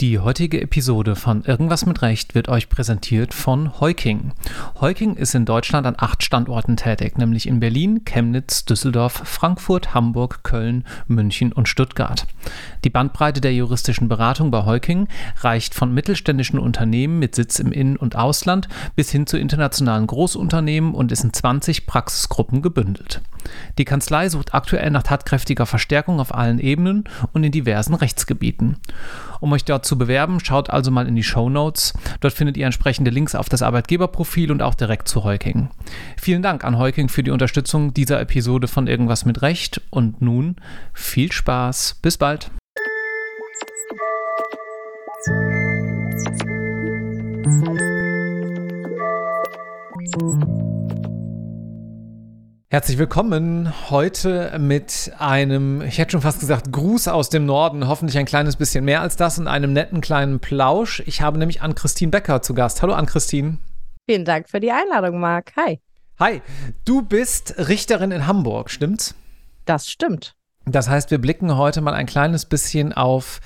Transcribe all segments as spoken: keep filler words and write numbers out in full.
Die heutige Episode von Irgendwas mit Recht wird euch präsentiert von Heuking. Heuking ist in Deutschland an acht Standorten tätig, nämlich in Berlin, Chemnitz, Düsseldorf, Frankfurt, Hamburg, Köln, München und Stuttgart. Die Bandbreite der juristischen Beratung bei Heuking reicht von mittelständischen Unternehmen mit Sitz im In- und Ausland bis hin zu internationalen Großunternehmen und ist in zwanzig Praxisgruppen gebündelt. Die Kanzlei sucht aktuell nach tatkräftiger Verstärkung auf allen Ebenen und in diversen Rechtsgebieten. Um euch dort zu bewerben, schaut also mal in die Shownotes. Dort findet ihr entsprechende Links auf das Arbeitgeberprofil und auch direkt zu Heuking. Vielen Dank an Heuking für die Unterstützung dieser Episode von Irgendwas mit Recht. Und nun viel Spaß. Bis bald. Herzlich willkommen heute mit einem, ich hätte schon fast gesagt, Gruß aus dem Norden, hoffentlich ein kleines bisschen mehr als das und einem netten kleinen Plausch. Ich habe nämlich Ann-Christine Becker zu Gast. Hallo Ann-Christine. Vielen Dank für die Einladung, Marc. Hi. Hi, du bist Richterin in Hamburg, stimmt's? Das stimmt. Das heißt, wir blicken heute mal ein kleines bisschen auf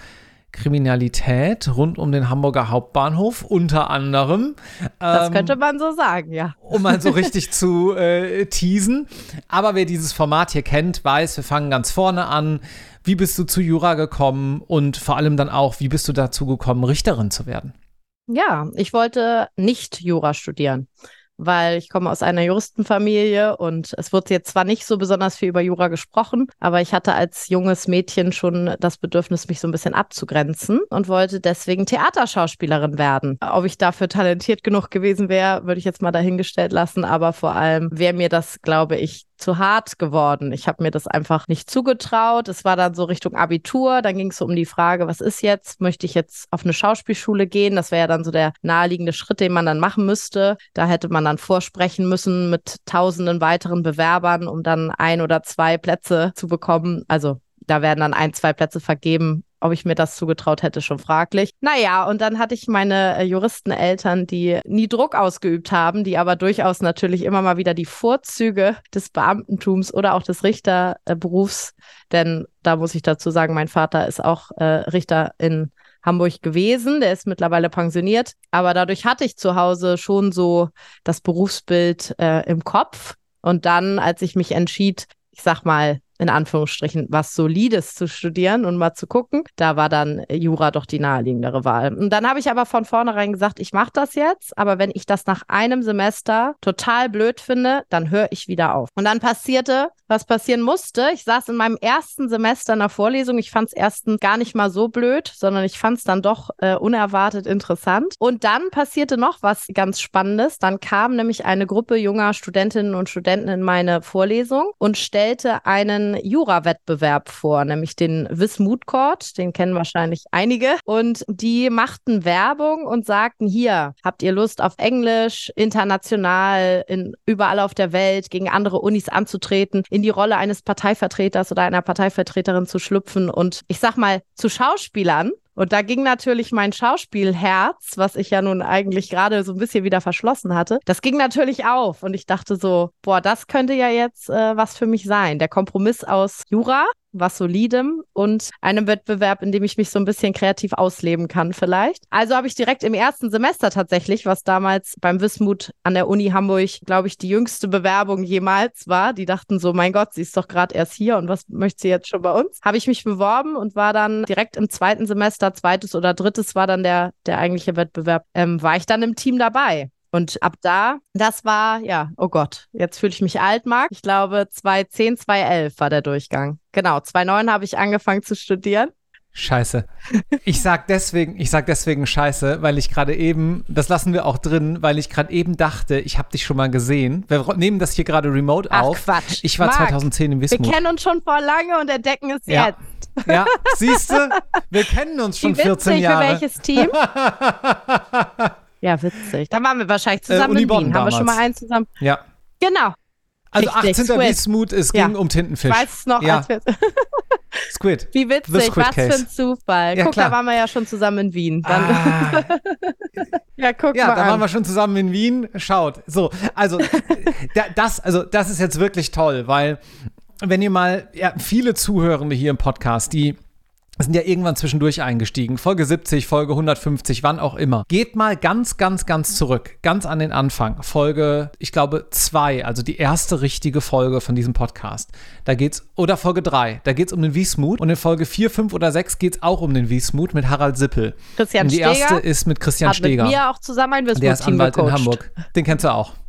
Kriminalität rund um den Hamburger Hauptbahnhof, unter anderem. Das ähm, könnte man so sagen, ja. Um mal so richtig zu äh, teasen. Aber wer dieses Format hier kennt, weiß, wir fangen ganz vorne an. Wie bist du zu Jura gekommen und vor allem dann auch, wie bist du dazu gekommen, Richterin zu werden? Ja, ich wollte nicht Jura studieren, weil ich komme aus einer Juristenfamilie und es wird jetzt zwar nicht so besonders viel über Jura gesprochen, aber ich hatte als junges Mädchen schon das Bedürfnis, mich so ein bisschen abzugrenzen und wollte deswegen Theaterschauspielerin werden. Ob ich dafür talentiert genug gewesen wäre, würde ich jetzt mal dahingestellt lassen, aber vor allem wäre mir das, glaube ich, zu hart geworden. Ich habe mir das einfach nicht zugetraut. Es war dann so Richtung Abitur. Dann ging es so um die Frage, was ist jetzt? Möchte ich jetzt auf eine Schauspielschule gehen? Das wäre ja dann so der naheliegende Schritt, den man dann machen müsste. Da hätte man dann vorsprechen müssen mit tausenden weiteren Bewerbern, um dann ein oder zwei Plätze zu bekommen. Also da werden dann ein, zwei Plätze vergeben. Ob ich mir das zugetraut hätte, schon fraglich. Naja, und dann hatte ich meine äh, Juristeneltern, die nie Druck ausgeübt haben, die aber durchaus natürlich immer mal wieder die Vorzüge des Beamtentums oder auch des Richterberufs, denn da muss ich dazu sagen, mein Vater ist auch äh, Richter in Hamburg gewesen, der ist mittlerweile pensioniert, aber dadurch hatte ich zu Hause schon so das Berufsbild äh, im Kopf. Und dann, als ich mich entschied, ich sag mal, in Anführungsstrichen, was Solides zu studieren und mal zu gucken. Da war dann Jura doch die naheliegendere Wahl. Und dann habe ich aber von vornherein gesagt, ich mache das jetzt, aber wenn ich das nach einem Semester total blöd finde, dann höre ich wieder auf. Und dann passierte, was passieren musste. Ich saß in meinem ersten Semester in der Vorlesung. Ich fand es erstens gar nicht mal so blöd, sondern ich fand es dann doch äh, unerwartet interessant. Und dann passierte noch was ganz Spannendes. Dann kam nämlich eine Gruppe junger Studentinnen und Studenten in meine Vorlesung und stellte einen Jura-Wettbewerb vor, nämlich den Wismut Court, den kennen wahrscheinlich einige. Und die machten Werbung und sagten, hier, habt ihr Lust auf Englisch, international, in, überall auf der Welt, gegen andere Unis anzutreten, in die Rolle eines Parteivertreters oder einer Parteivertreterin zu schlüpfen und ich sag mal, zu Schauspielern. Und da ging natürlich mein Schauspielherz, was ich ja nun eigentlich gerade so ein bisschen wieder verschlossen hatte, das ging natürlich auf. Und ich dachte so, boah, das könnte ja jetzt äh, was für mich sein. Der Kompromiss aus Jura, was Solidem und einem Wettbewerb, in dem ich mich so ein bisschen kreativ ausleben kann vielleicht. Also habe ich direkt im ersten Semester tatsächlich, was damals beim Wismut an der Uni Hamburg, glaube ich, die jüngste Bewerbung jemals war. Die dachten so, mein Gott, sie ist doch gerade erst hier und was möchte sie jetzt schon bei uns? Habe ich mich beworben und war dann direkt im zweiten Semester, zweites oder drittes war dann der, der eigentliche Wettbewerb, ähm, war ich dann im Team dabei. Und ab da, das war, ja, oh Gott, jetzt fühle ich mich alt, Marc. Ich glaube, zwanzig zehn, zwanzig elf war der Durchgang. Genau, zwanzig neun habe ich angefangen zu studieren. Scheiße. Ich sag deswegen, ich sag deswegen Scheiße, weil ich gerade eben, das lassen wir auch drin, weil ich gerade eben dachte, ich habe dich schon mal gesehen. Wir nehmen das hier gerade remote Ach, auf. Quatsch. Ich war Marc, zwanzig zehn im Wismut. Wir kennen uns schon vor lange und entdecken es ja. jetzt. Ja, siehst du? Wir kennen uns schon Wie witzig, vierzehn Jahre. für welches Team? Ja, witzig. Da waren wir wahrscheinlich zusammen äh, in Wien. Haben damals. wir schon mal eins zusammen? Ja. Genau. Also Richtig, achtzehnter Squid. Wismut, es Ja. ging um Tintenfisch. Ich weiß es noch. Ja. Als wir Squid. Wie witzig, The Squid was Case. für ein Zufall. Ja, guck, klar. da waren wir ja schon zusammen in Wien. Dann Ah. ja, guck Ja, mal da an. waren wir schon zusammen in Wien. Schaut. So, also da, das, also das ist jetzt wirklich toll, weil wenn ihr mal, ja, viele Zuhörende hier im Podcast, die sind ja irgendwann zwischendurch eingestiegen. Folge siebzig, Folge hundertfünfzig, wann auch immer. Geht mal ganz, ganz, ganz zurück. Ganz an den Anfang. Folge, ich glaube, zwei, also die erste richtige Folge von diesem Podcast. Da geht's, oder Folge drei, da geht's um den Wismut. Und in Folge vier, fünf oder sechs geht's auch um den Wismut mit Harald Sippel. Christian und die Steger erste ist mit Christian hat Steger. Mit mir auch zusammen ein Wismut-Team Der ist Anwalt gecoacht. in Hamburg. Den kennst du auch.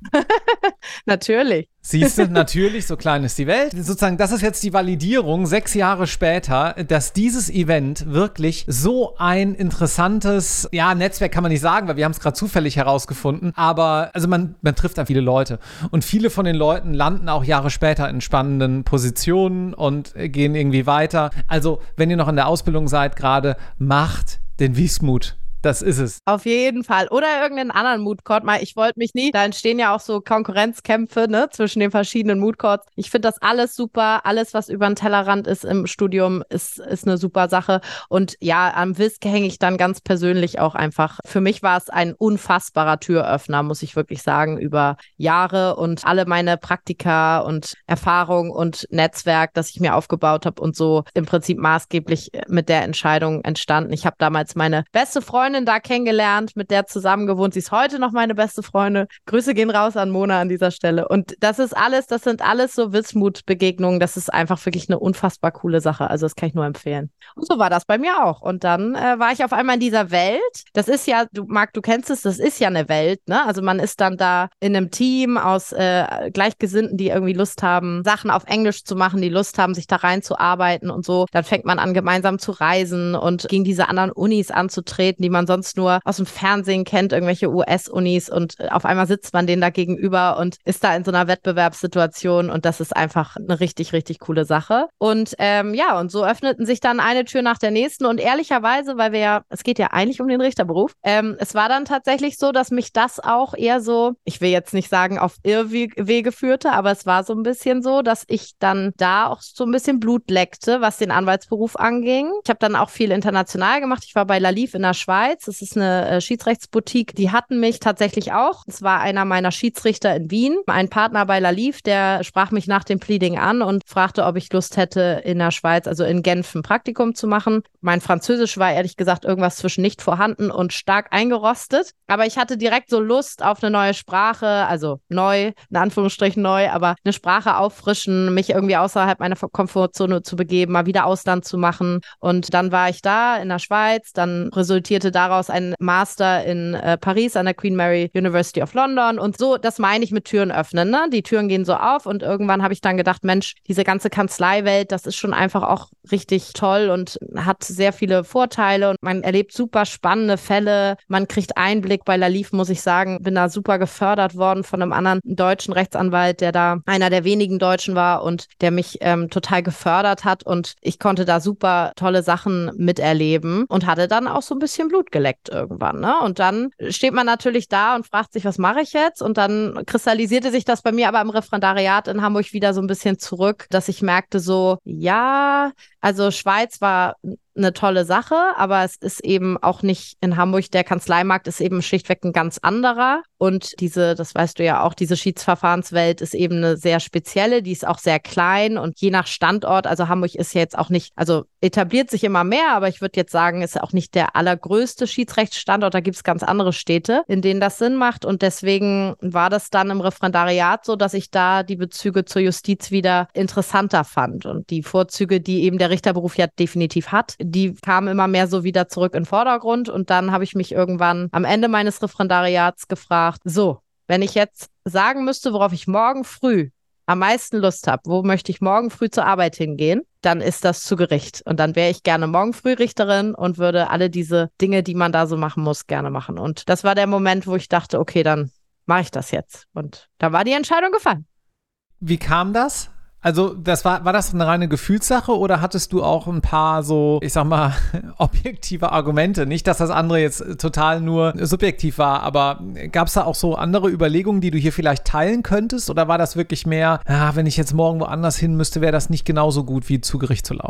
Natürlich. Siehst du, natürlich, so klein ist die Welt. Sozusagen, das ist jetzt die Validierung, sechs Jahre später, dass dieses Event wirklich so ein interessantes, ja, Netzwerk kann man nicht sagen, weil wir haben es gerade zufällig herausgefunden, aber also man, man trifft da viele Leute. Und viele von den Leuten landen auch Jahre später in spannenden Positionen und gehen irgendwie weiter. Also, wenn ihr noch in der Ausbildung seid gerade, macht den Wismut. Das ist es. Auf jeden Fall. Oder irgendeinen anderen Mood Court mal. Ich wollte mich nie, da entstehen ja auch so Konkurrenzkämpfe, ne, zwischen den verschiedenen Mood Courts. Ich finde das alles super. Alles, was über den Tellerrand ist im Studium, ist, ist eine super Sache. Und ja, am W I S C hänge ich dann ganz persönlich auch einfach. Für mich war es ein unfassbarer Türöffner, muss ich wirklich sagen, über Jahre und alle meine Praktika und Erfahrung und Netzwerk, das ich mir aufgebaut habe und so im Prinzip maßgeblich mit der Entscheidung entstanden. Ich habe damals meine beste Freundin da kennengelernt, mit der zusammen gewohnt. Sie ist heute noch meine beste Freundin. Grüße gehen raus an Mona an dieser Stelle. Und das ist alles, das sind alles so Wismut-Begegnungen. Das ist einfach wirklich eine unfassbar coole Sache. Also das kann ich nur empfehlen. Und so war das bei mir auch. Und dann äh, war ich auf einmal in dieser Welt. Das ist ja, du Marc, du kennst es, das ist ja eine Welt, ne? Also man ist dann da in einem Team aus äh, Gleichgesinnten, die irgendwie Lust haben, Sachen auf Englisch zu machen, die Lust haben, sich da reinzuarbeiten und so. Dann fängt man an, gemeinsam zu reisen und gegen diese anderen Unis anzutreten, die man sonst nur aus dem Fernsehen kennt, irgendwelche U S-Unis, und auf einmal sitzt man denen da gegenüber und ist da in so einer Wettbewerbssituation, und das ist einfach eine richtig, richtig coole Sache. Und ähm, ja, und so öffneten sich dann eine Tür nach der nächsten, und ehrlicherweise, weil wir ja, es geht ja eigentlich um den Richterberuf, ähm, es war dann tatsächlich so, dass mich das auch eher so, ich will jetzt nicht sagen auf Irrwege führte, aber es war so ein bisschen so, dass ich dann da auch so ein bisschen Blut leckte, was den Anwaltsberuf anging. Ich habe dann auch viel international gemacht. Ich war bei Lalif in der Schweiz. Das ist eine äh, Schiedsrechtsboutique. Die hatten mich tatsächlich auch. Es war einer meiner Schiedsrichter in Wien. Ein Partner bei Lalif, der sprach mich nach dem Pleading an und fragte, ob ich Lust hätte, in der Schweiz, also in Genf, ein Praktikum zu machen. Mein Französisch war ehrlich gesagt irgendwas zwischen nicht vorhanden und stark eingerostet. Aber ich hatte direkt so Lust auf eine neue Sprache, also neu, in Anführungsstrichen neu, aber eine Sprache auffrischen, mich irgendwie außerhalb meiner Komfortzone zu begeben, mal wieder Ausland zu machen. Und dann war ich da in der Schweiz. Dann resultierte daraus ein Master in äh, Paris an der Queen Mary University of London. Und so, das meine ich mit Türen öffnen, ne? Die Türen gehen so auf, und irgendwann habe ich dann gedacht, Mensch, diese ganze Kanzleiwelt, das ist schon einfach auch richtig toll und hat sehr viele Vorteile, und man erlebt super spannende Fälle. Man kriegt Einblick. Bei Lalif, muss ich sagen, bin da super gefördert worden von einem anderen deutschen Rechtsanwalt, der da einer der wenigen Deutschen war und der mich ähm, total gefördert hat, und ich konnte da super tolle Sachen miterleben und hatte dann auch so ein bisschen Blut geleckt irgendwann, ne? Und dann steht man natürlich da und fragt sich, was mache ich jetzt? Und dann kristallisierte sich das bei mir aber im Referendariat in Hamburg wieder so ein bisschen zurück, dass ich merkte so, ja, also Schweiz war eine tolle Sache, aber es ist eben auch nicht in Hamburg, der Kanzleimarkt ist eben schlichtweg ein ganz anderer, und diese, das weißt du ja auch, diese Schiedsverfahrenswelt ist eben eine sehr spezielle, die ist auch sehr klein, und je nach Standort, also Hamburg ist ja jetzt auch nicht, also etabliert sich immer mehr, aber ich würde jetzt sagen, ist auch nicht der allergrößte Schiedsrechtsstandort, da gibt es ganz andere Städte, in denen das Sinn macht, und deswegen war das dann im Referendariat so, dass ich da die Bezüge zur Justiz wieder interessanter fand, und die Vorzüge, die eben der Richterberuf ja definitiv hat, die kamen immer mehr so wieder zurück in den Vordergrund, und dann habe ich mich irgendwann am Ende meines Referendariats gefragt, so, wenn ich jetzt sagen müsste, worauf ich morgen früh am meisten Lust habe, wo möchte ich morgen früh zur Arbeit hingehen, dann ist das zu Gericht. Und dann wäre ich gerne morgen früh Richterin und würde alle diese Dinge, die man da so machen muss, gerne machen. Und das war der Moment, wo ich dachte, okay, dann mache ich das jetzt. Und da war die Entscheidung gefallen. Wie kam das? Also das war, war das eine reine Gefühlssache, oder hattest du auch ein paar so, ich sag mal, objektive Argumente? Nicht, dass das andere jetzt total nur subjektiv war, aber gab es da auch so andere Überlegungen, die du hier vielleicht teilen könntest? Oder war das wirklich mehr, ja, wenn ich jetzt morgen woanders hin müsste, wäre das nicht genauso gut, wie zu Gericht zu laufen?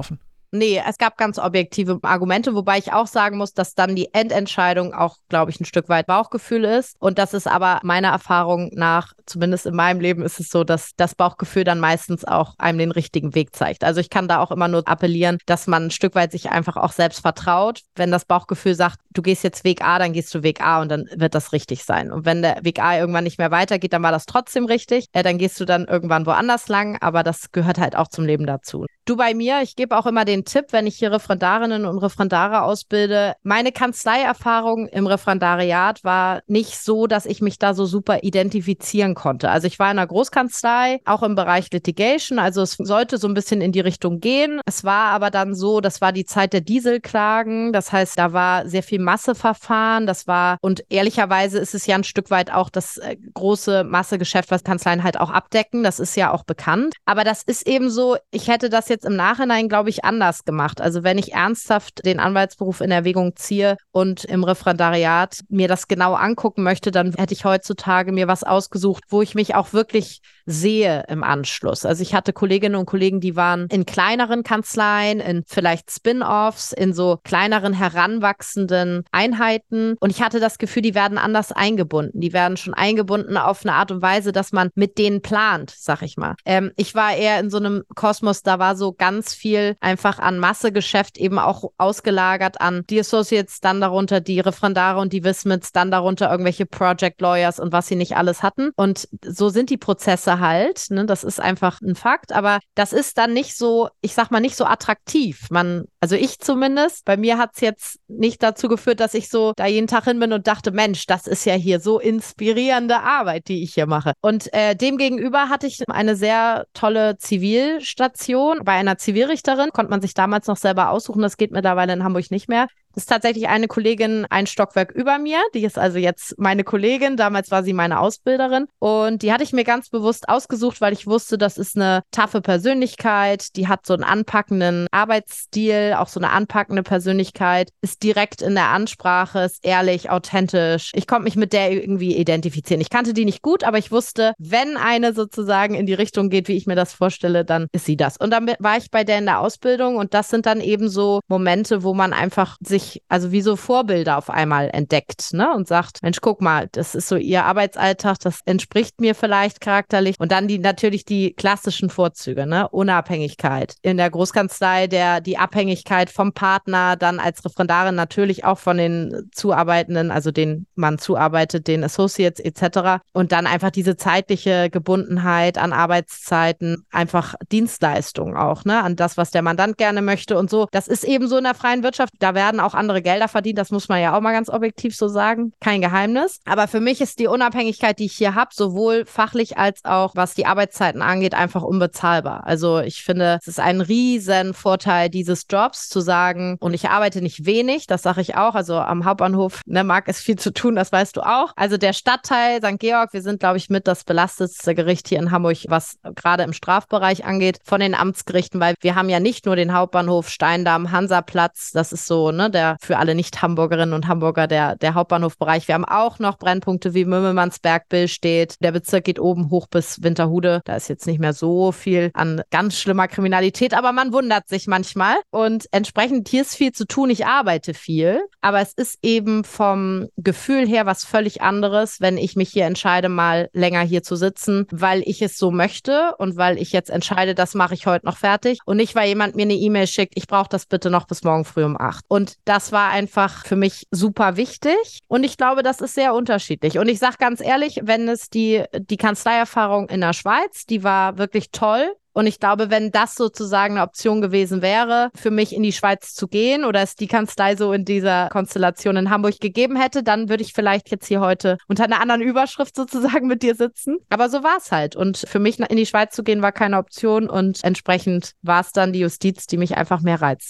Nee, es gab ganz objektive Argumente, wobei ich auch sagen muss, dass dann die Endentscheidung auch, glaube ich, ein Stück weit Bauchgefühl ist. Und das ist aber meiner Erfahrung nach, zumindest in meinem Leben, ist es so, dass das Bauchgefühl dann meistens auch einem den richtigen Weg zeigt. Also ich kann da auch immer nur appellieren, dass man ein Stück weit sich einfach auch selbst vertraut. Wenn das Bauchgefühl sagt, du gehst jetzt Weg A, dann gehst du Weg A und dann wird das richtig sein. Und wenn der Weg A irgendwann nicht mehr weitergeht, dann war das trotzdem richtig. Äh, dann gehst du dann irgendwann woanders lang, aber das gehört halt auch zum Leben dazu. Du bei mir, ich gebe auch immer den Tipp, wenn ich hier Referendarinnen und Referendare ausbilde, meine Kanzleierfahrung im Referendariat war nicht so, dass ich mich da so super identifizieren konnte. Also ich war in einer Großkanzlei, auch im Bereich Litigation, also es sollte so ein bisschen in die Richtung gehen. Es war aber dann so, das war die Zeit der Dieselklagen, das heißt, da war sehr viel Masseverfahren, das war, und ehrlicherweise ist es ja ein Stück weit auch das äh, große Massegeschäft, was Kanzleien halt auch abdecken, das ist ja auch bekannt. Aber das ist eben so, ich hätte das jetzt im Nachhinein, glaube ich, anders gemacht. Also wenn ich ernsthaft den Anwaltsberuf in Erwägung ziehe und im Referendariat mir das genau angucken möchte, dann hätte ich heutzutage mir was ausgesucht, wo ich mich auch wirklich sehe im Anschluss. Also ich hatte Kolleginnen und Kollegen, die waren in kleineren Kanzleien, in vielleicht Spin-offs, in so kleineren heranwachsenden Einheiten. Und ich hatte das Gefühl, die werden anders eingebunden. Die werden schon eingebunden auf eine Art und Weise, dass man mit denen plant, sag ich mal. Ähm, ich war eher in so einem Kosmos, da war so ganz viel einfach an Massegeschäft eben auch ausgelagert an die Associates, dann darunter die Referendare und die Wismits, dann darunter irgendwelche Project Lawyers und was sie nicht alles hatten. Und so sind die Prozesse halt, ne? Das ist einfach ein Fakt, aber das ist dann nicht so, ich sag mal, nicht so attraktiv. Man, also ich zumindest, bei mir hat es jetzt nicht dazu geführt, dass ich so da jeden Tag hin bin und dachte, Mensch, das ist ja hier so inspirierende Arbeit, die ich hier mache. Und äh, demgegenüber hatte ich eine sehr tolle Zivilstation bei einer Zivilrichterin, konnte man sich damals noch selber aussuchen, das geht mittlerweile in Hamburg nicht mehr. Das ist tatsächlich eine Kollegin ein Stockwerk über mir. Die ist also jetzt meine Kollegin. Damals war sie meine Ausbilderin. Und die hatte ich mir ganz bewusst ausgesucht, weil ich wusste, das ist eine taffe Persönlichkeit. Die hat so einen anpackenden Arbeitsstil, auch so eine anpackende Persönlichkeit, ist direkt in der Ansprache, ist ehrlich, authentisch. Ich konnte mich mit der irgendwie identifizieren. Ich kannte die nicht gut, aber ich wusste, wenn eine sozusagen in die Richtung geht, wie ich mir das vorstelle, dann ist sie das. Und dann war ich bei der in der Ausbildung und das sind dann eben so Momente, wo man einfach sich also wie so Vorbilder auf einmal entdeckt, ne? Und sagt, Mensch, guck mal, das ist so ihr Arbeitsalltag, das entspricht mir vielleicht charakterlich. Und dann die natürlich die klassischen Vorzüge, ne? Unabhängigkeit. In der Großkanzlei der die Abhängigkeit vom Partner, dann als Referendarin natürlich auch von den Zuarbeitenden, also denen man zuarbeitet, den Associates et cetera. Und dann einfach diese zeitliche Gebundenheit an Arbeitszeiten, einfach Dienstleistungen auch, ne? An das, was der Mandant gerne möchte und so. Das ist eben so in der freien Wirtschaft. Da werden auch andere Gelder verdient, das muss man ja auch mal ganz objektiv so sagen. Kein Geheimnis. Aber für mich ist die Unabhängigkeit, die ich hier habe, sowohl fachlich als auch was die Arbeitszeiten angeht, einfach unbezahlbar. Also ich finde, es ist ein riesen Vorteil dieses Jobs zu sagen, und ich arbeite nicht wenig, das sage ich auch, also am Hauptbahnhof ne, mag es viel zu tun, das weißt du auch. Also der Stadtteil Sankt Georg, wir sind, glaube ich, mit das belastetste Gericht hier in Hamburg, was gerade im Strafbereich angeht, von den Amtsgerichten, weil wir haben ja nicht nur den Hauptbahnhof Steindamm, Hansaplatz, das ist so, ne, der für alle Nicht-Hamburgerinnen und Hamburger der, der Hauptbahnhofbereich. Wir haben auch noch Brennpunkte wie Mümmelmannsberg, Billstedt. Der Bezirk geht oben hoch bis Winterhude. Da ist jetzt nicht mehr so viel an ganz schlimmer Kriminalität, aber man wundert sich manchmal. Und entsprechend, hier ist viel zu tun. Ich arbeite viel, aber es ist eben vom Gefühl her was völlig anderes, wenn ich mich hier entscheide, mal länger hier zu sitzen, weil ich es so möchte und weil ich jetzt entscheide, das mache ich heute noch fertig und nicht, weil jemand mir eine E-Mail schickt, ich brauche das bitte noch bis morgen früh um acht. Und das war einfach für mich super wichtig und ich glaube, das ist sehr unterschiedlich. Und ich sage ganz ehrlich, wenn es die, die Kanzleierfahrung in der Schweiz, die war wirklich toll. Und ich glaube, wenn das sozusagen eine Option gewesen wäre, für mich in die Schweiz zu gehen oder es die Kanzlei so in dieser Konstellation in Hamburg gegeben hätte, dann würde ich vielleicht jetzt hier heute unter einer anderen Überschrift sozusagen mit dir sitzen. Aber so war es halt. Und für mich in die Schweiz zu gehen, war keine Option und entsprechend war es dann die Justiz, die mich einfach mehr reizte.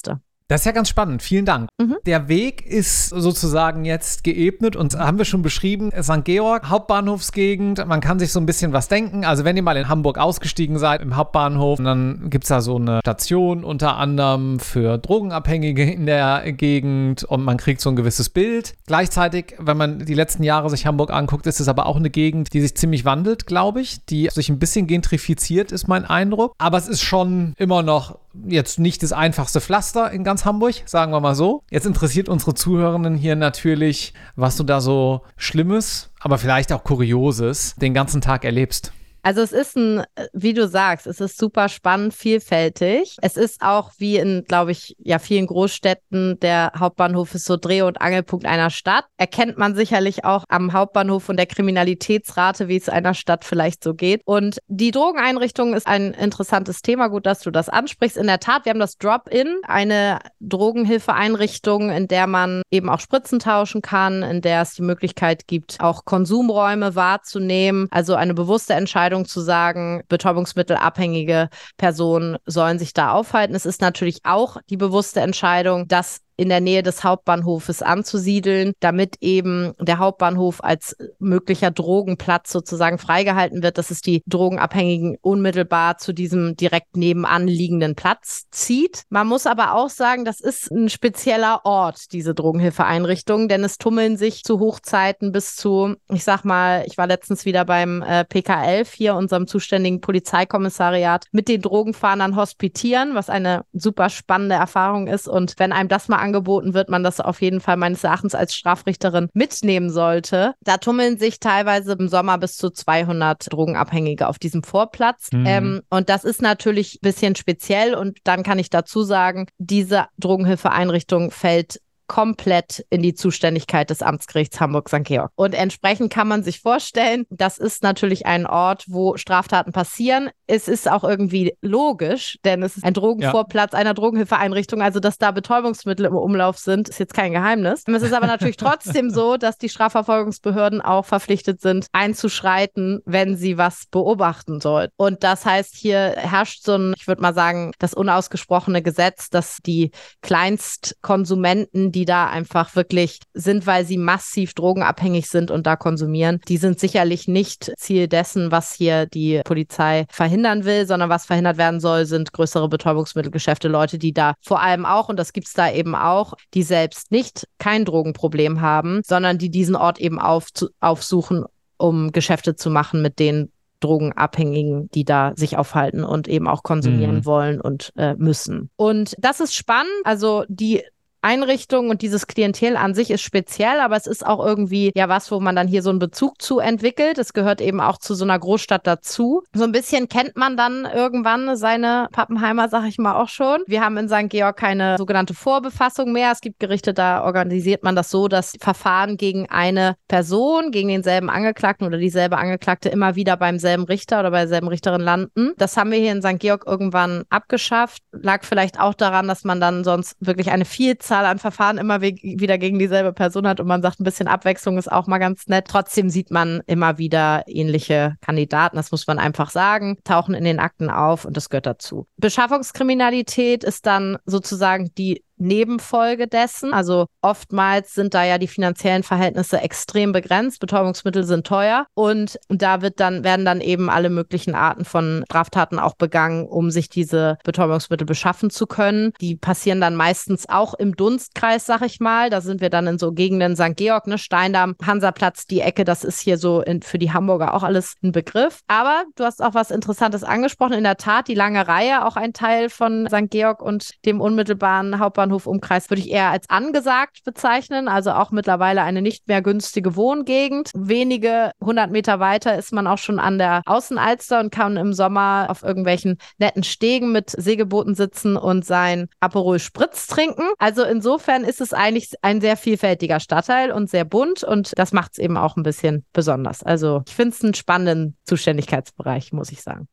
Das ist ja ganz spannend. Vielen Dank. Mhm. Der Weg ist sozusagen jetzt geebnet und haben wir schon beschrieben, Sankt Georg, Hauptbahnhofsgegend. Man kann sich so ein bisschen was denken. Also wenn ihr mal in Hamburg ausgestiegen seid im Hauptbahnhof, dann gibt es da so eine Station unter anderem für Drogenabhängige in der Gegend und man kriegt so ein gewisses Bild. Gleichzeitig, wenn man die letzten Jahre sich Hamburg anguckt, ist es aber auch eine Gegend, die sich ziemlich wandelt, glaube ich, die sich ein bisschen gentrifiziert, ist mein Eindruck. Aber es ist schon immer noch jetzt nicht das einfachste Pflaster in ganz Hamburg, sagen wir mal so. Jetzt interessiert unsere Zuhörenden hier natürlich, was du da so Schlimmes, aber vielleicht auch Kurioses den ganzen Tag erlebst. Also es ist ein, wie du sagst, es ist super spannend, vielfältig. Es ist auch wie in, glaube ich, ja vielen Großstädten, der Hauptbahnhof ist so Dreh- und Angelpunkt einer Stadt. Erkennt man sicherlich auch am Hauptbahnhof und der Kriminalitätsrate, wie es einer Stadt vielleicht so geht. Und die Drogeneinrichtung ist ein interessantes Thema. Gut, dass du das ansprichst. In der Tat, wir haben das Drop-In, eine Drogenhilfeeinrichtung, in der man eben auch Spritzen tauschen kann, in der es die Möglichkeit gibt, auch Konsumräume wahrzunehmen. Also eine bewusste Entscheidung zu sagen, betäubungsmittelabhängige Personen sollen sich da aufhalten. Es ist natürlich auch die bewusste Entscheidung, dass in der Nähe des Hauptbahnhofes anzusiedeln, damit eben der Hauptbahnhof als möglicher Drogenplatz sozusagen freigehalten wird, dass es die Drogenabhängigen unmittelbar zu diesem direkt nebenan liegenden Platz zieht. Man muss aber auch sagen, das ist ein spezieller Ort, diese Drogenhilfeeinrichtung, denn es tummeln sich zu Hochzeiten bis zu, ich sag mal, ich war letztens wieder beim äh, P K elf hier, unserem zuständigen Polizeikommissariat, mit den Drogenfahndern hospitieren, was eine super spannende Erfahrung ist. Und wenn einem das mal angeboten wird, man das auf jeden Fall meines Erachtens als Strafrichterin mitnehmen sollte. Da tummeln sich teilweise im Sommer bis zu zweihundert Drogenabhängige auf diesem Vorplatz. Mhm. Ähm, und das ist natürlich ein bisschen speziell. Und dann kann ich dazu sagen, diese Drogenhilfeeinrichtung fällt komplett in die Zuständigkeit des Amtsgerichts Hamburg-Sankt Georg. Und entsprechend kann man sich vorstellen, das ist natürlich ein Ort, wo Straftaten passieren. Es ist auch irgendwie logisch, denn es ist ein Drogenvorplatz ja. einer Drogenhilfeeinrichtung, also dass da Betäubungsmittel im Umlauf sind, ist jetzt kein Geheimnis. Es ist aber natürlich trotzdem so, dass die Strafverfolgungsbehörden auch verpflichtet sind, einzuschreiten, wenn sie was beobachten sollten. Und das heißt, hier herrscht so ein, ich würde mal sagen, das unausgesprochene Gesetz, dass die Kleinstkonsumenten, die die da einfach wirklich sind, weil sie massiv drogenabhängig sind und da konsumieren. Die sind sicherlich nicht Ziel dessen, was hier die Polizei verhindern will, sondern was verhindert werden soll, sind größere Betäubungsmittelgeschäfte, Leute, die da vor allem auch, und das gibt es da eben auch, die selbst nicht kein Drogenproblem haben, sondern die diesen Ort eben auf, aufsuchen, um Geschäfte zu machen mit den Drogenabhängigen, die da sich aufhalten und eben auch konsumieren mhm. wollen und äh, müssen. Und das ist spannend. Also die Einrichtung und dieses Klientel an sich ist speziell, aber es ist auch irgendwie ja was, wo man dann hier so einen Bezug zu entwickelt. Es gehört eben auch zu so einer Großstadt dazu. So ein bisschen kennt man dann irgendwann seine Pappenheimer, sag ich mal, auch schon. Wir haben in Sankt Georg keine sogenannte Vorbefassung mehr. Es gibt Gerichte, da organisiert man das so, dass Verfahren gegen eine Person, gegen denselben Angeklagten oder dieselbe Angeklagte immer wieder beim selben Richter oder bei derselben Richterin landen. Das haben wir hier in Sankt Georg irgendwann abgeschafft. Lag vielleicht auch daran, dass man dann sonst wirklich eine Vielzahl an Verfahren immer wieder gegen dieselbe Person hat und man sagt, ein bisschen Abwechslung ist auch mal ganz nett. Trotzdem sieht man immer wieder ähnliche Kandidaten, das muss man einfach sagen, tauchen in den Akten auf und das gehört dazu. Beschaffungskriminalität ist dann sozusagen die Nebenfolge dessen. Also oftmals sind da ja die finanziellen Verhältnisse extrem begrenzt. Betäubungsmittel sind teuer und da wird dann, werden dann eben alle möglichen Arten von Straftaten auch begangen, um sich diese Betäubungsmittel beschaffen zu können. Die passieren dann meistens auch im Dunstkreis, sag ich mal. Da sind wir dann in so Gegenden Sankt Georg, ne, Steindamm, Hansaplatz, die Ecke. Das ist hier so in, für die Hamburger auch alles ein Begriff. Aber du hast auch was Interessantes angesprochen. In der Tat, die lange Reihe, auch ein Teil von Sankt Georg und dem unmittelbaren Hauptbahnhof Umkreis würde ich eher als angesagt bezeichnen, also auch mittlerweile eine nicht mehr günstige Wohngegend. Wenige hundert Meter weiter ist man auch schon an der Außenalster und kann im Sommer auf irgendwelchen netten Stegen mit Segelbooten sitzen und sein Aperol Spritz trinken. Also insofern ist es eigentlich ein sehr vielfältiger Stadtteil und sehr bunt und das macht es eben auch ein bisschen besonders. Also ich finde es einen spannenden Zuständigkeitsbereich, muss ich sagen.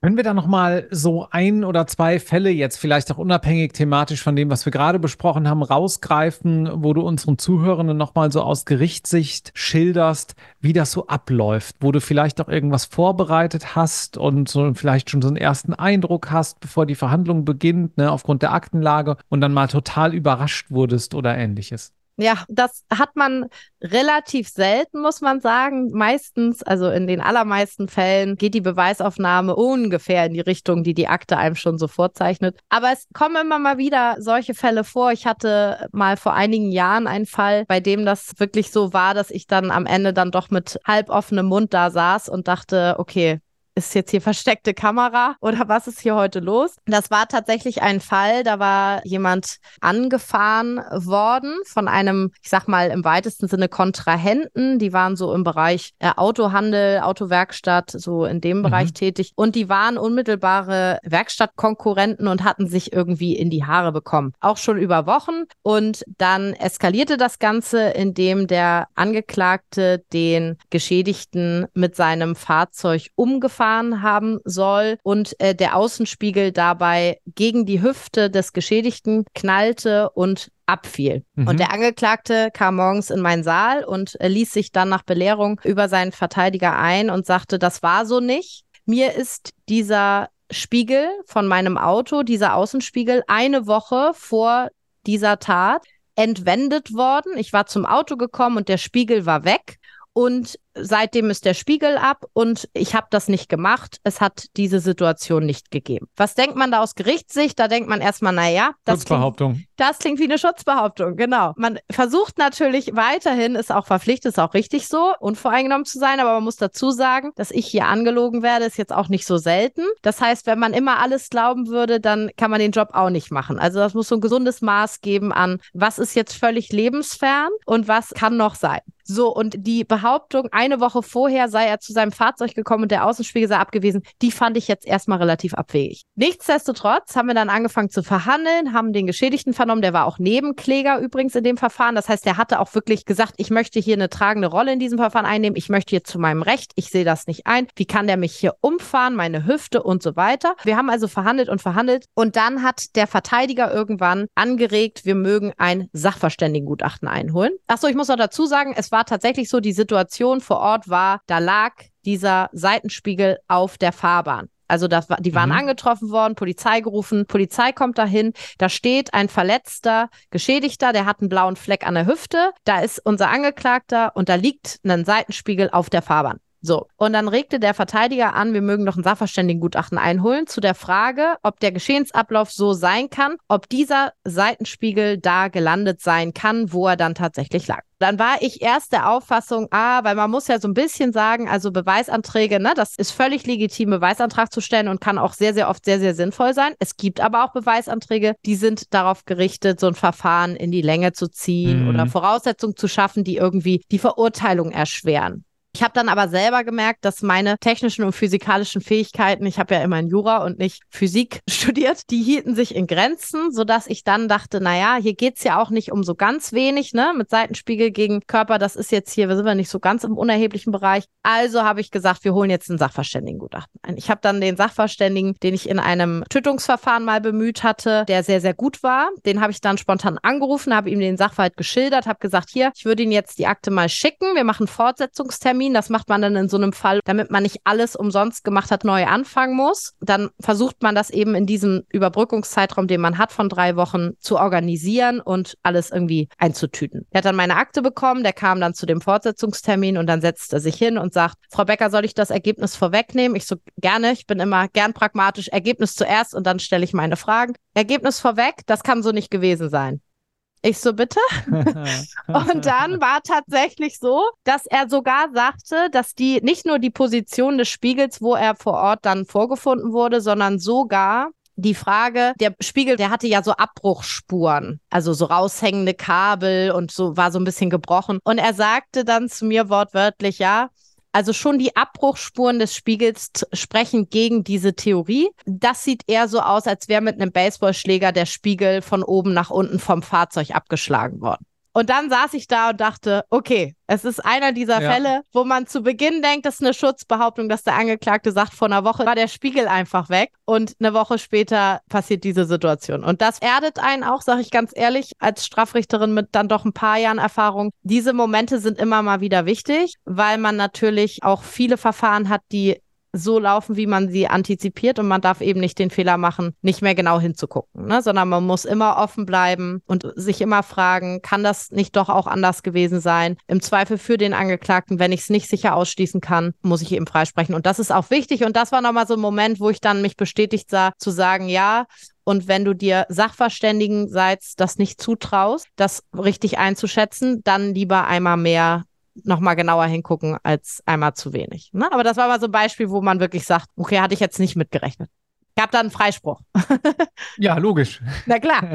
Können wir da nochmal so ein oder zwei Fälle jetzt vielleicht auch unabhängig thematisch von dem, was wir gerade besprochen haben, rausgreifen, wo du unseren Zuhörenden nochmal so aus Gerichtssicht schilderst, wie das so abläuft, wo du vielleicht auch irgendwas vorbereitet hast und so vielleicht schon so einen ersten Eindruck hast, bevor die Verhandlung beginnt, ne, aufgrund der Aktenlage und dann mal total überrascht wurdest oder Ähnliches? Ja, das hat man relativ selten, muss man sagen. Meistens, also in den allermeisten Fällen, geht die Beweisaufnahme ungefähr in die Richtung, die die Akte einem schon so vorzeichnet. Aber es kommen immer mal wieder solche Fälle vor. Ich hatte mal vor einigen Jahren einen Fall, bei dem das wirklich so war, dass ich dann am Ende dann doch mit halb offenem Mund da saß und dachte, okay, ist jetzt hier versteckte Kamera oder was ist hier heute los? Das war tatsächlich ein Fall, da war jemand angefahren worden von einem, ich sag mal im weitesten Sinne Kontrahenten. Die waren so im Bereich äh, Autohandel, Autowerkstatt, so in dem mhm. Bereich tätig. Und die waren unmittelbare Werkstattkonkurrenten und hatten sich irgendwie in die Haare bekommen. Auch schon über Wochen. Und dann eskalierte das Ganze, indem der Angeklagte den Geschädigten mit seinem Fahrzeug umgefahren haben soll und äh, der Außenspiegel dabei gegen die Hüfte des Geschädigten knallte und abfiel. Mhm. Und der Angeklagte kam morgens in meinen Saal und äh, ließ sich dann nach Belehrung über seinen Verteidiger ein und sagte, das war so nicht. Mir ist dieser Spiegel von meinem Auto, dieser Außenspiegel, eine Woche vor dieser Tat entwendet worden. Ich war zum Auto gekommen und der Spiegel war weg. Und seitdem ist der Spiegel ab und ich habe das nicht gemacht. Es hat diese Situation nicht gegeben. Was denkt man da aus Gerichtssicht? Da denkt man erstmal, naja, das Schutzbehauptung. Klingt, das klingt wie eine Schutzbehauptung, genau. Man versucht natürlich weiterhin, ist auch verpflichtet, ist auch richtig so, unvoreingenommen zu sein, aber man muss dazu sagen, dass ich hier angelogen werde, ist jetzt auch nicht so selten. Das heißt, wenn man immer alles glauben würde, dann kann man den Job auch nicht machen. Also das muss so ein gesundes Maß geben an, was ist jetzt völlig lebensfern und was kann noch sein. So, und die Behauptung, eine Woche vorher sei er zu seinem Fahrzeug gekommen und der Außenspiegel sei abgewiesen, die fand ich jetzt erstmal relativ abwegig. Nichtsdestotrotz haben wir dann angefangen zu verhandeln, haben den Geschädigten vernommen, der war auch Nebenkläger übrigens in dem Verfahren. Das heißt, der hatte auch wirklich gesagt, ich möchte hier eine tragende Rolle in diesem Verfahren einnehmen, ich möchte hier zu meinem Recht, ich sehe das nicht ein. Wie kann der mich hier umfahren, meine Hüfte und so weiter. Wir haben also verhandelt und verhandelt und dann hat der Verteidiger irgendwann angeregt, wir mögen ein Sachverständigengutachten einholen. Achso, ich muss noch dazu sagen, es war tatsächlich so, die Situation vor Ort war, da lag dieser Seitenspiegel auf der Fahrbahn. Also das war, die waren mhm. angetroffen worden, Polizei gerufen, Polizei kommt dahin, da steht ein verletzter Geschädigter, der hat einen blauen Fleck an der Hüfte, da ist unser Angeklagter und da liegt ein Seitenspiegel auf der Fahrbahn. So, und dann regte der Verteidiger an, wir mögen noch ein Sachverständigengutachten einholen zu der Frage, ob der Geschehensablauf so sein kann, ob dieser Seitenspiegel da gelandet sein kann, wo er dann tatsächlich lag. Dann war ich erst der Auffassung, ah, weil man muss ja so ein bisschen sagen, also Beweisanträge, ne, das ist völlig legitim, Beweisantrag zu stellen und kann auch sehr, sehr oft sehr, sehr sinnvoll sein. Es gibt aber auch Beweisanträge, die sind darauf gerichtet, so ein Verfahren in die Länge zu ziehen mhm. oder Voraussetzungen zu schaffen, die irgendwie die Verurteilung erschweren. Ich habe dann aber selber gemerkt, dass meine technischen und physikalischen Fähigkeiten, ich habe ja immerhin Jura und nicht Physik studiert, die hielten sich in Grenzen, sodass ich dann dachte, naja, hier geht's ja auch nicht um so ganz wenig, ne, mit Seitenspiegel gegen Körper, das ist jetzt hier, wir sind wir nicht so ganz im unerheblichen Bereich. Also habe ich gesagt, wir holen jetzt ein Sachverständigengutachten ein. Ich habe dann den Sachverständigen, den ich in einem Tötungsverfahren mal bemüht hatte, der sehr, sehr gut war, den habe ich dann spontan angerufen, habe ihm den Sachverhalt geschildert, habe gesagt, hier, ich würde Ihnen jetzt die Akte mal schicken, wir machen Fortsetzungstermin. Das macht man dann in so einem Fall, damit man nicht alles umsonst gemacht hat, neu anfangen muss. Dann versucht man das eben in diesem Überbrückungszeitraum, den man hat, von drei Wochen zu organisieren und alles irgendwie einzutüten. Er hat dann meine Akte bekommen, der kam dann zu dem Fortsetzungstermin und dann setzt er sich hin und sagt, Frau Becker, soll ich das Ergebnis vorwegnehmen? Ich so, gerne, ich bin immer gern pragmatisch, Ergebnis zuerst und dann stelle ich meine Fragen. Ergebnis vorweg, das kann so nicht gewesen sein. Ich so, bitte? Und dann war tatsächlich so, dass er sogar sagte, dass die nicht nur die Position des Spiegels, wo er vor Ort dann vorgefunden wurde, sondern sogar die Frage, der Spiegel, der hatte ja so Abbruchspuren, also so raushängende Kabel und so war so ein bisschen gebrochen. Und er sagte dann zu mir wortwörtlich, ja, also schon die Abbruchspuren des Spiegels t- sprechen gegen diese Theorie. Das sieht eher so aus, als wäre mit einem Baseballschläger der Spiegel von oben nach unten vom Fahrzeug abgeschlagen worden. Und dann saß ich da und dachte, okay, es ist einer dieser Ja. Fälle, wo man zu Beginn denkt, das ist eine Schutzbehauptung, dass der Angeklagte sagt, vor einer Woche war der Spiegel einfach weg und eine Woche später passiert diese Situation. Und das erdet einen auch, sage ich ganz ehrlich, als Strafrichterin mit dann doch ein paar Jahren Erfahrung. Diese Momente sind immer mal wieder wichtig, weil man natürlich auch viele Verfahren hat, die so laufen, wie man sie antizipiert und man darf eben nicht den Fehler machen, nicht mehr genau hinzugucken, ne? Sondern man muss immer offen bleiben und sich immer fragen, kann das nicht doch auch anders gewesen sein? Im Zweifel für den Angeklagten, wenn ich es nicht sicher ausschließen kann, muss ich eben freisprechen. Und das ist auch wichtig und das war nochmal so ein Moment, wo ich dann mich bestätigt sah, zu sagen, ja, und wenn du dir Sachverständigenseits das nicht zutraust, das richtig einzuschätzen, dann lieber einmal mehr nochmal genauer hingucken als einmal zu wenig. Ne? Aber das war mal so ein Beispiel, wo man wirklich sagt, okay, hatte ich jetzt nicht mitgerechnet. Gab da einen Freispruch. Ja, logisch. Na klar.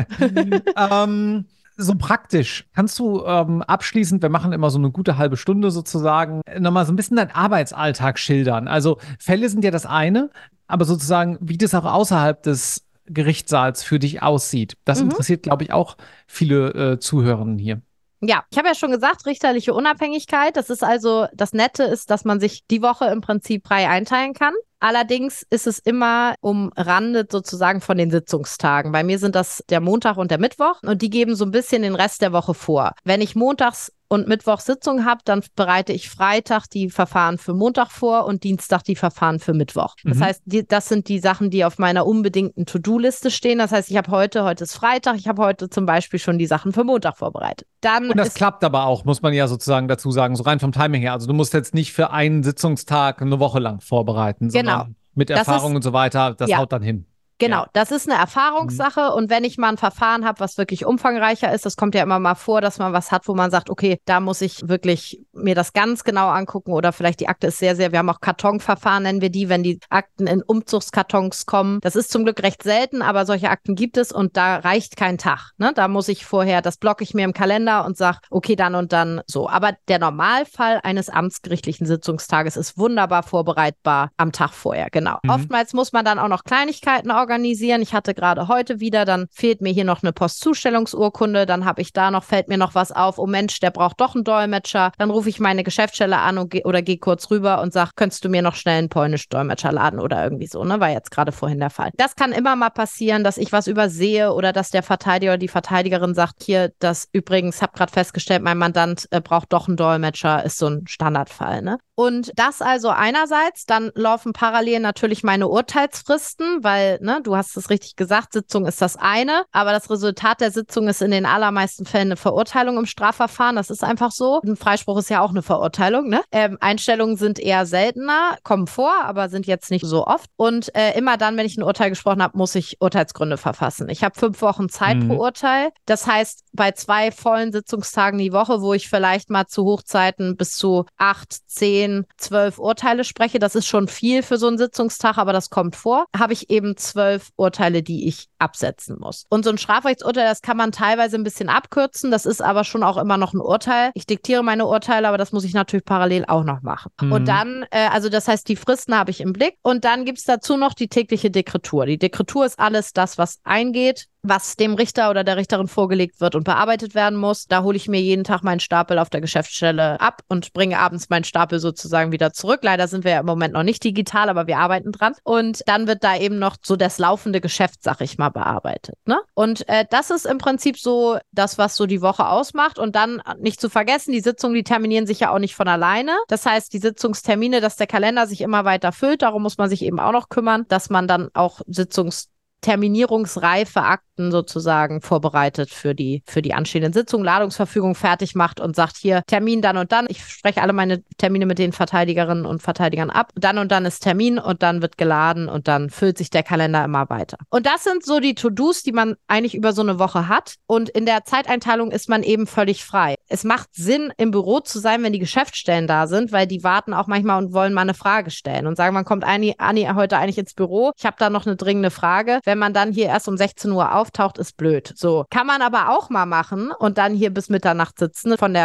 ähm, so praktisch, kannst du ähm, abschließend, wir machen immer so eine gute halbe Stunde sozusagen, nochmal so ein bisschen deinen Arbeitsalltag schildern. Also Fälle sind ja das eine, aber sozusagen, wie das auch außerhalb des Gerichtssaals für dich aussieht. Das Mhm. interessiert, glaube ich, auch viele äh, Zuhörerinnen hier. Ja, ich habe ja schon gesagt, richterliche Unabhängigkeit. Das ist also, das Nette ist, dass man sich die Woche im Prinzip frei einteilen kann. Allerdings ist es immer umrandet sozusagen von den Sitzungstagen. Bei mir sind das der Montag und der Mittwoch und die geben so ein bisschen den Rest der Woche vor. Wenn ich montags und Mittwoch Sitzung habe, dann bereite ich Freitag die Verfahren für Montag vor und Dienstag die Verfahren für Mittwoch. Das Mhm. heißt, die, das sind die Sachen, die auf meiner unbedingten To-Do-Liste stehen. Das heißt, ich habe heute, heute ist Freitag, ich habe heute zum Beispiel schon die Sachen für Montag vorbereitet. Dann Und das ist, klappt aber auch, muss man ja sozusagen dazu sagen, so rein vom Timing her. Also du musst jetzt nicht für einen Sitzungstag eine Woche lang vorbereiten, Genau. sondern mit Das Erfahrung ist- und so weiter, das ja. haut dann hin. Genau, Ja. das ist eine Erfahrungssache und wenn ich mal ein Verfahren habe, was wirklich umfangreicher ist, das kommt ja immer mal vor, dass man was hat, wo man sagt, okay, da muss ich wirklich mir das ganz genau angucken oder vielleicht die Akte ist sehr, sehr, wir haben auch Kartonverfahren, nennen wir die, wenn die Akten in Umzugskartons kommen. Das ist zum Glück recht selten, aber solche Akten gibt es und da reicht kein Tag. Ne? Da muss ich vorher, das blocke ich mir im Kalender und sage, okay, dann und dann so. Aber der Normalfall eines amtsgerichtlichen Sitzungstages ist wunderbar vorbereitbar am Tag vorher, genau. Mhm. Oftmals muss man dann auch noch Kleinigkeiten organisieren. organisieren. Ich hatte gerade heute wieder, dann fehlt mir hier noch eine Postzustellungsurkunde, dann habe ich da noch, fällt mir noch was auf, oh Mensch, der braucht doch einen Dolmetscher. Dann rufe ich meine Geschäftsstelle an und ge oder gehe kurz rüber und sage, könntest du mir noch schnell einen Polnisch-Dolmetscher laden oder irgendwie so, ne? War jetzt gerade vorhin der Fall. Das kann immer mal passieren, dass ich was übersehe oder dass der Verteidiger oder die Verteidigerin sagt, hier, das übrigens, habe gerade festgestellt, mein Mandant äh, braucht doch einen Dolmetscher, ist so ein Standardfall, ne? Und das also einerseits, dann laufen parallel natürlich meine Urteilsfristen, weil, ne, du hast es richtig gesagt, Sitzung ist das eine, aber das Resultat der Sitzung ist in den allermeisten Fällen eine Verurteilung im Strafverfahren, das ist einfach so. Ein Freispruch ist ja auch eine Verurteilung, ne? Ähm, Einstellungen sind eher seltener, kommen vor, aber sind jetzt nicht so oft. Und äh, immer dann, wenn ich ein Urteil gesprochen habe, muss ich Urteilsgründe verfassen. Ich habe fünf Wochen Zeit Mhm. pro Urteil. Das heißt, bei zwei vollen Sitzungstagen die Woche, wo ich vielleicht mal zu Hochzeiten bis zu acht, zehn, zwölf Urteile spreche, das ist schon viel für so einen Sitzungstag, aber das kommt vor, habe ich eben zwölf Urteile, die ich absetzen muss. Und so ein Strafrechtsurteil, das kann man teilweise ein bisschen abkürzen, das ist aber schon auch immer noch ein Urteil. Ich diktiere meine Urteile, aber das muss ich natürlich parallel auch noch machen. Mhm. Und dann, äh, also das heißt, die Fristen habe ich im Blick und dann gibt es dazu noch die tägliche Dekretur. Die Dekretur ist alles das, was eingeht, was dem Richter oder der Richterin vorgelegt wird und bearbeitet werden muss. Da hole ich mir jeden Tag meinen Stapel auf der Geschäftsstelle ab und bringe abends meinen Stapel sozusagen wieder zurück. Leider sind wir ja im Moment noch nicht digital, aber wir arbeiten dran. Und dann wird da eben noch so das laufende Geschäft, sag ich mal, bearbeitet. Ne? Und äh, das ist im Prinzip so das, was so die Woche ausmacht. Und dann nicht zu vergessen, die Sitzungen, die terminieren sich ja auch nicht von alleine. Das heißt, die Sitzungstermine, dass der Kalender sich immer weiter füllt, darum muss man sich eben auch noch kümmern, dass man dann auch Sitzungs terminierungsreife Akten sozusagen vorbereitet für die, für die anstehenden Sitzungen, Ladungsverfügung fertig macht und sagt, hier Termin dann und dann. Ich spreche alle meine Termine mit den Verteidigerinnen und Verteidigern ab. Dann und dann ist Termin und dann wird geladen und dann füllt sich der Kalender immer weiter. Und das sind so die To-Dos, die man eigentlich über so eine Woche hat. Und in der Zeiteinteilung ist man eben völlig frei. Es macht Sinn, im Büro zu sein, wenn die Geschäftsstellen da sind, weil die warten auch manchmal und wollen mal eine Frage stellen und sagen, wann kommt Anni, Anni heute eigentlich ins Büro? Ich habe da noch eine dringende Frage. Wenn man dann hier erst um sechzehn Uhr auftaucht, ist blöd. So kann man aber auch mal machen und dann hier bis Mitternacht sitzen. Von der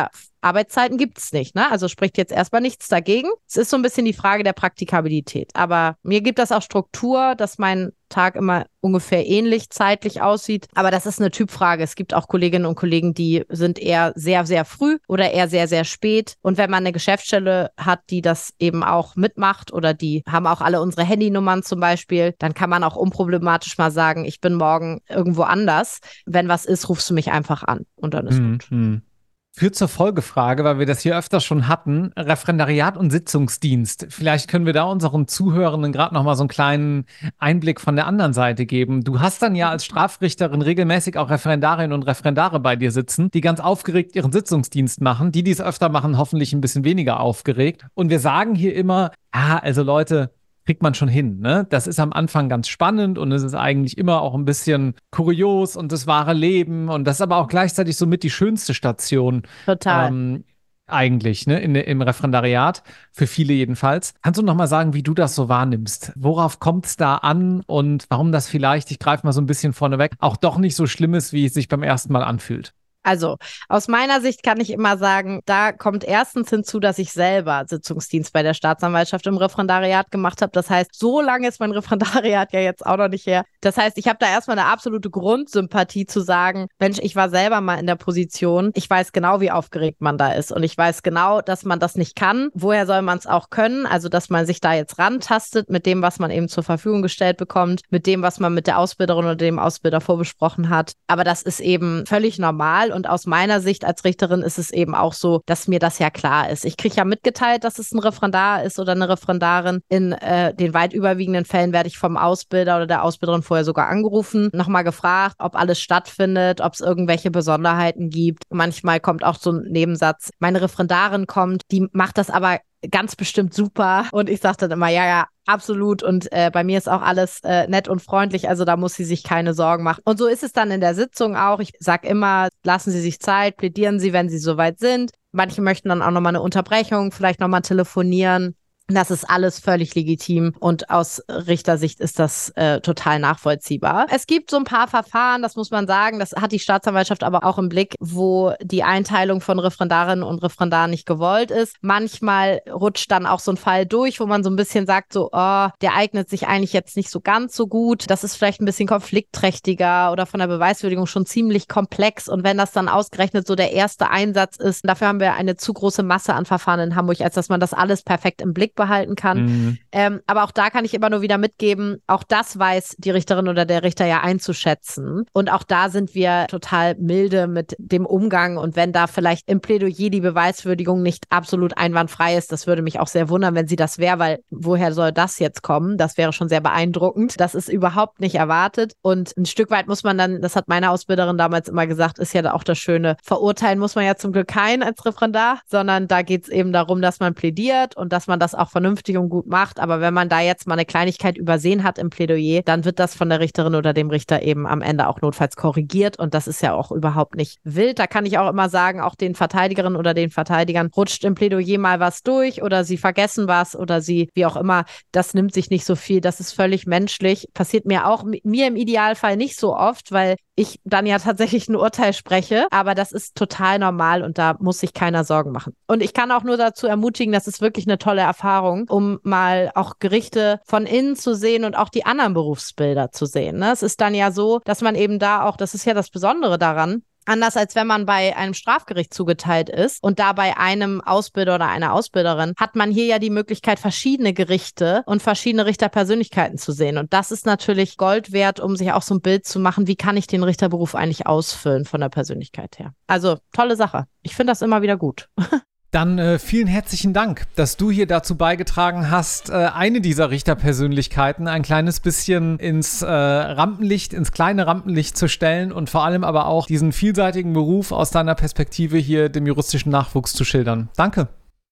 Arbeitszeiten gibt es nicht, ne? Also spricht jetzt erstmal nichts dagegen. Es ist so ein bisschen die Frage der Praktikabilität. Aber mir gibt das auch Struktur, dass mein Tag immer ungefähr ähnlich zeitlich aussieht. Aber das ist eine Typfrage. Es gibt auch Kolleginnen und Kollegen, die sind eher sehr, sehr früh oder eher sehr, sehr spät. Und wenn man eine Geschäftsstelle hat, die das eben auch mitmacht oder die haben auch alle unsere Handynummern zum Beispiel, dann kann man auch unproblematisch mal sagen, ich bin morgen irgendwo anders. Wenn was ist, rufst du mich einfach an und dann ist Mhm. gut. Mhm. Führt zur Folgefrage, weil wir das hier öfter schon hatten, Referendariat und Sitzungsdienst. Vielleicht können wir da unseren Zuhörenden gerade noch mal so einen kleinen Einblick von der anderen Seite geben. Du hast dann ja als Strafrichterin regelmäßig auch Referendarinnen und Referendare bei dir sitzen, die ganz aufgeregt ihren Sitzungsdienst machen. Die, die es öfter machen, hoffentlich ein bisschen weniger aufgeregt. Und wir sagen hier immer, ja, also Leute, kriegt man schon hin, ne? Das ist am Anfang ganz spannend und es ist eigentlich immer auch ein bisschen kurios und das wahre Leben und das ist aber auch gleichzeitig somit die schönste Station. Total. Ähm, eigentlich, ne? In, im Referendariat, für viele jedenfalls. Kannst du noch mal sagen, wie du das so wahrnimmst? Worauf kommt es da an und warum das vielleicht, ich greife mal so ein bisschen vorneweg, auch doch nicht so schlimm ist, wie es sich beim ersten Mal anfühlt? Also, aus meiner Sicht kann ich immer sagen, da kommt erstens hinzu, dass ich selber Sitzungsdienst bei der Staatsanwaltschaft im Referendariat gemacht habe. Das heißt, so lange ist mein Referendariat ja jetzt auch noch nicht her. Das heißt, ich habe da erstmal eine absolute Grundsympathie zu sagen, Mensch, ich war selber mal in der Position. Ich weiß genau, wie aufgeregt man da ist. Und ich weiß genau, dass man das nicht kann. Woher soll man es auch können? Also, dass man sich da jetzt rantastet mit dem, was man eben zur Verfügung gestellt bekommt, mit dem, was man mit der Ausbilderin oder dem Ausbilder vorbesprochen hat. Aber das ist eben völlig normal. Und aus meiner Sicht als Richterin ist es eben auch so, dass mir das ja klar ist. Ich kriege ja mitgeteilt, dass es ein Referendar ist oder eine Referendarin. In äh, den weit überwiegenden Fällen werde ich vom Ausbilder oder der Ausbilderin vorher sogar angerufen, nochmal gefragt, ob alles stattfindet, ob es irgendwelche Besonderheiten gibt. Manchmal kommt auch so ein Nebensatz, meine Referendarin kommt, die macht das aber ganz bestimmt super. Und ich sage dann immer, ja, ja, absolut. Und äh, bei mir ist auch alles äh, nett und freundlich. Also da muss sie sich keine Sorgen machen. Und so ist es dann in der Sitzung auch. Ich sage immer, lassen Sie sich Zeit, plädieren Sie, wenn Sie soweit sind. Manche möchten dann auch nochmal eine Unterbrechung, vielleicht nochmal telefonieren. Das ist alles völlig legitim und aus Richtersicht ist das äh, total nachvollziehbar. Es gibt so ein paar Verfahren, das muss man sagen, das hat die Staatsanwaltschaft aber auch im Blick, wo die Einteilung von Referendarinnen und Referendaren nicht gewollt ist. Manchmal rutscht dann auch so ein Fall durch, wo man so ein bisschen sagt, so, oh, der eignet sich eigentlich jetzt nicht so ganz so gut. Das ist vielleicht ein bisschen konfliktträchtiger oder von der Beweiswürdigung schon ziemlich komplex. Und wenn das dann ausgerechnet so der erste Einsatz ist, dafür haben wir eine zu große Masse an Verfahren in Hamburg, als dass man das alles perfekt im Blick behalten kann. Mhm. Ähm, aber auch da kann ich immer nur wieder mitgeben, auch das weiß die Richterin oder der Richter ja einzuschätzen. Und auch da sind wir total milde mit dem Umgang. Und wenn da vielleicht im Plädoyer die Beweiswürdigung nicht absolut einwandfrei ist, das würde mich auch sehr wundern, wenn sie das wäre, weil woher soll das jetzt kommen? Das wäre schon sehr beeindruckend. Das ist überhaupt nicht erwartet. Und ein Stück weit muss man dann, das hat meine Ausbilderin damals immer gesagt, ist ja auch das Schöne, verurteilen muss man ja zum Glück keinen als Referendar, sondern da geht es eben darum, dass man plädiert und dass man das auch vernünftig und gut macht. Aber wenn man da jetzt mal eine Kleinigkeit übersehen hat im Plädoyer, dann wird das von der Richterin oder dem Richter eben am Ende auch notfalls korrigiert. Und das ist ja auch überhaupt nicht wild. Da kann ich auch immer sagen, auch den Verteidigerinnen oder den Verteidigern rutscht im Plädoyer mal was durch oder sie vergessen was oder sie, wie auch immer, das nimmt sich nicht so viel. Das ist völlig menschlich. Passiert mir auch, mir im Idealfall nicht so oft, weil ich dann ja tatsächlich ein Urteil spreche, aber das ist total normal und da muss sich keiner Sorgen machen. Und ich kann auch nur dazu ermutigen, das ist wirklich eine tolle Erfahrung, um mal auch Gerichte von innen zu sehen und auch die anderen Berufsbilder zu sehen. Ne? Es ist dann ja so, dass man eben da auch, das ist ja das Besondere daran, anders als wenn man bei einem Strafgericht zugeteilt ist und da bei einem Ausbilder oder einer Ausbilderin, hat man hier ja die Möglichkeit, verschiedene Gerichte und verschiedene Richterpersönlichkeiten zu sehen. Und das ist natürlich Gold wert, um sich auch so ein Bild zu machen, wie kann ich den Richterberuf eigentlich ausfüllen von der Persönlichkeit her. Also tolle Sache. Ich finde das immer wieder gut. Dann äh, vielen herzlichen Dank, dass du hier dazu beigetragen hast, äh, eine dieser Richterpersönlichkeiten ein kleines bisschen ins äh, Rampenlicht, ins kleine Rampenlicht zu stellen und vor allem aber auch diesen vielseitigen Beruf aus deiner Perspektive hier dem juristischen Nachwuchs zu schildern. Danke.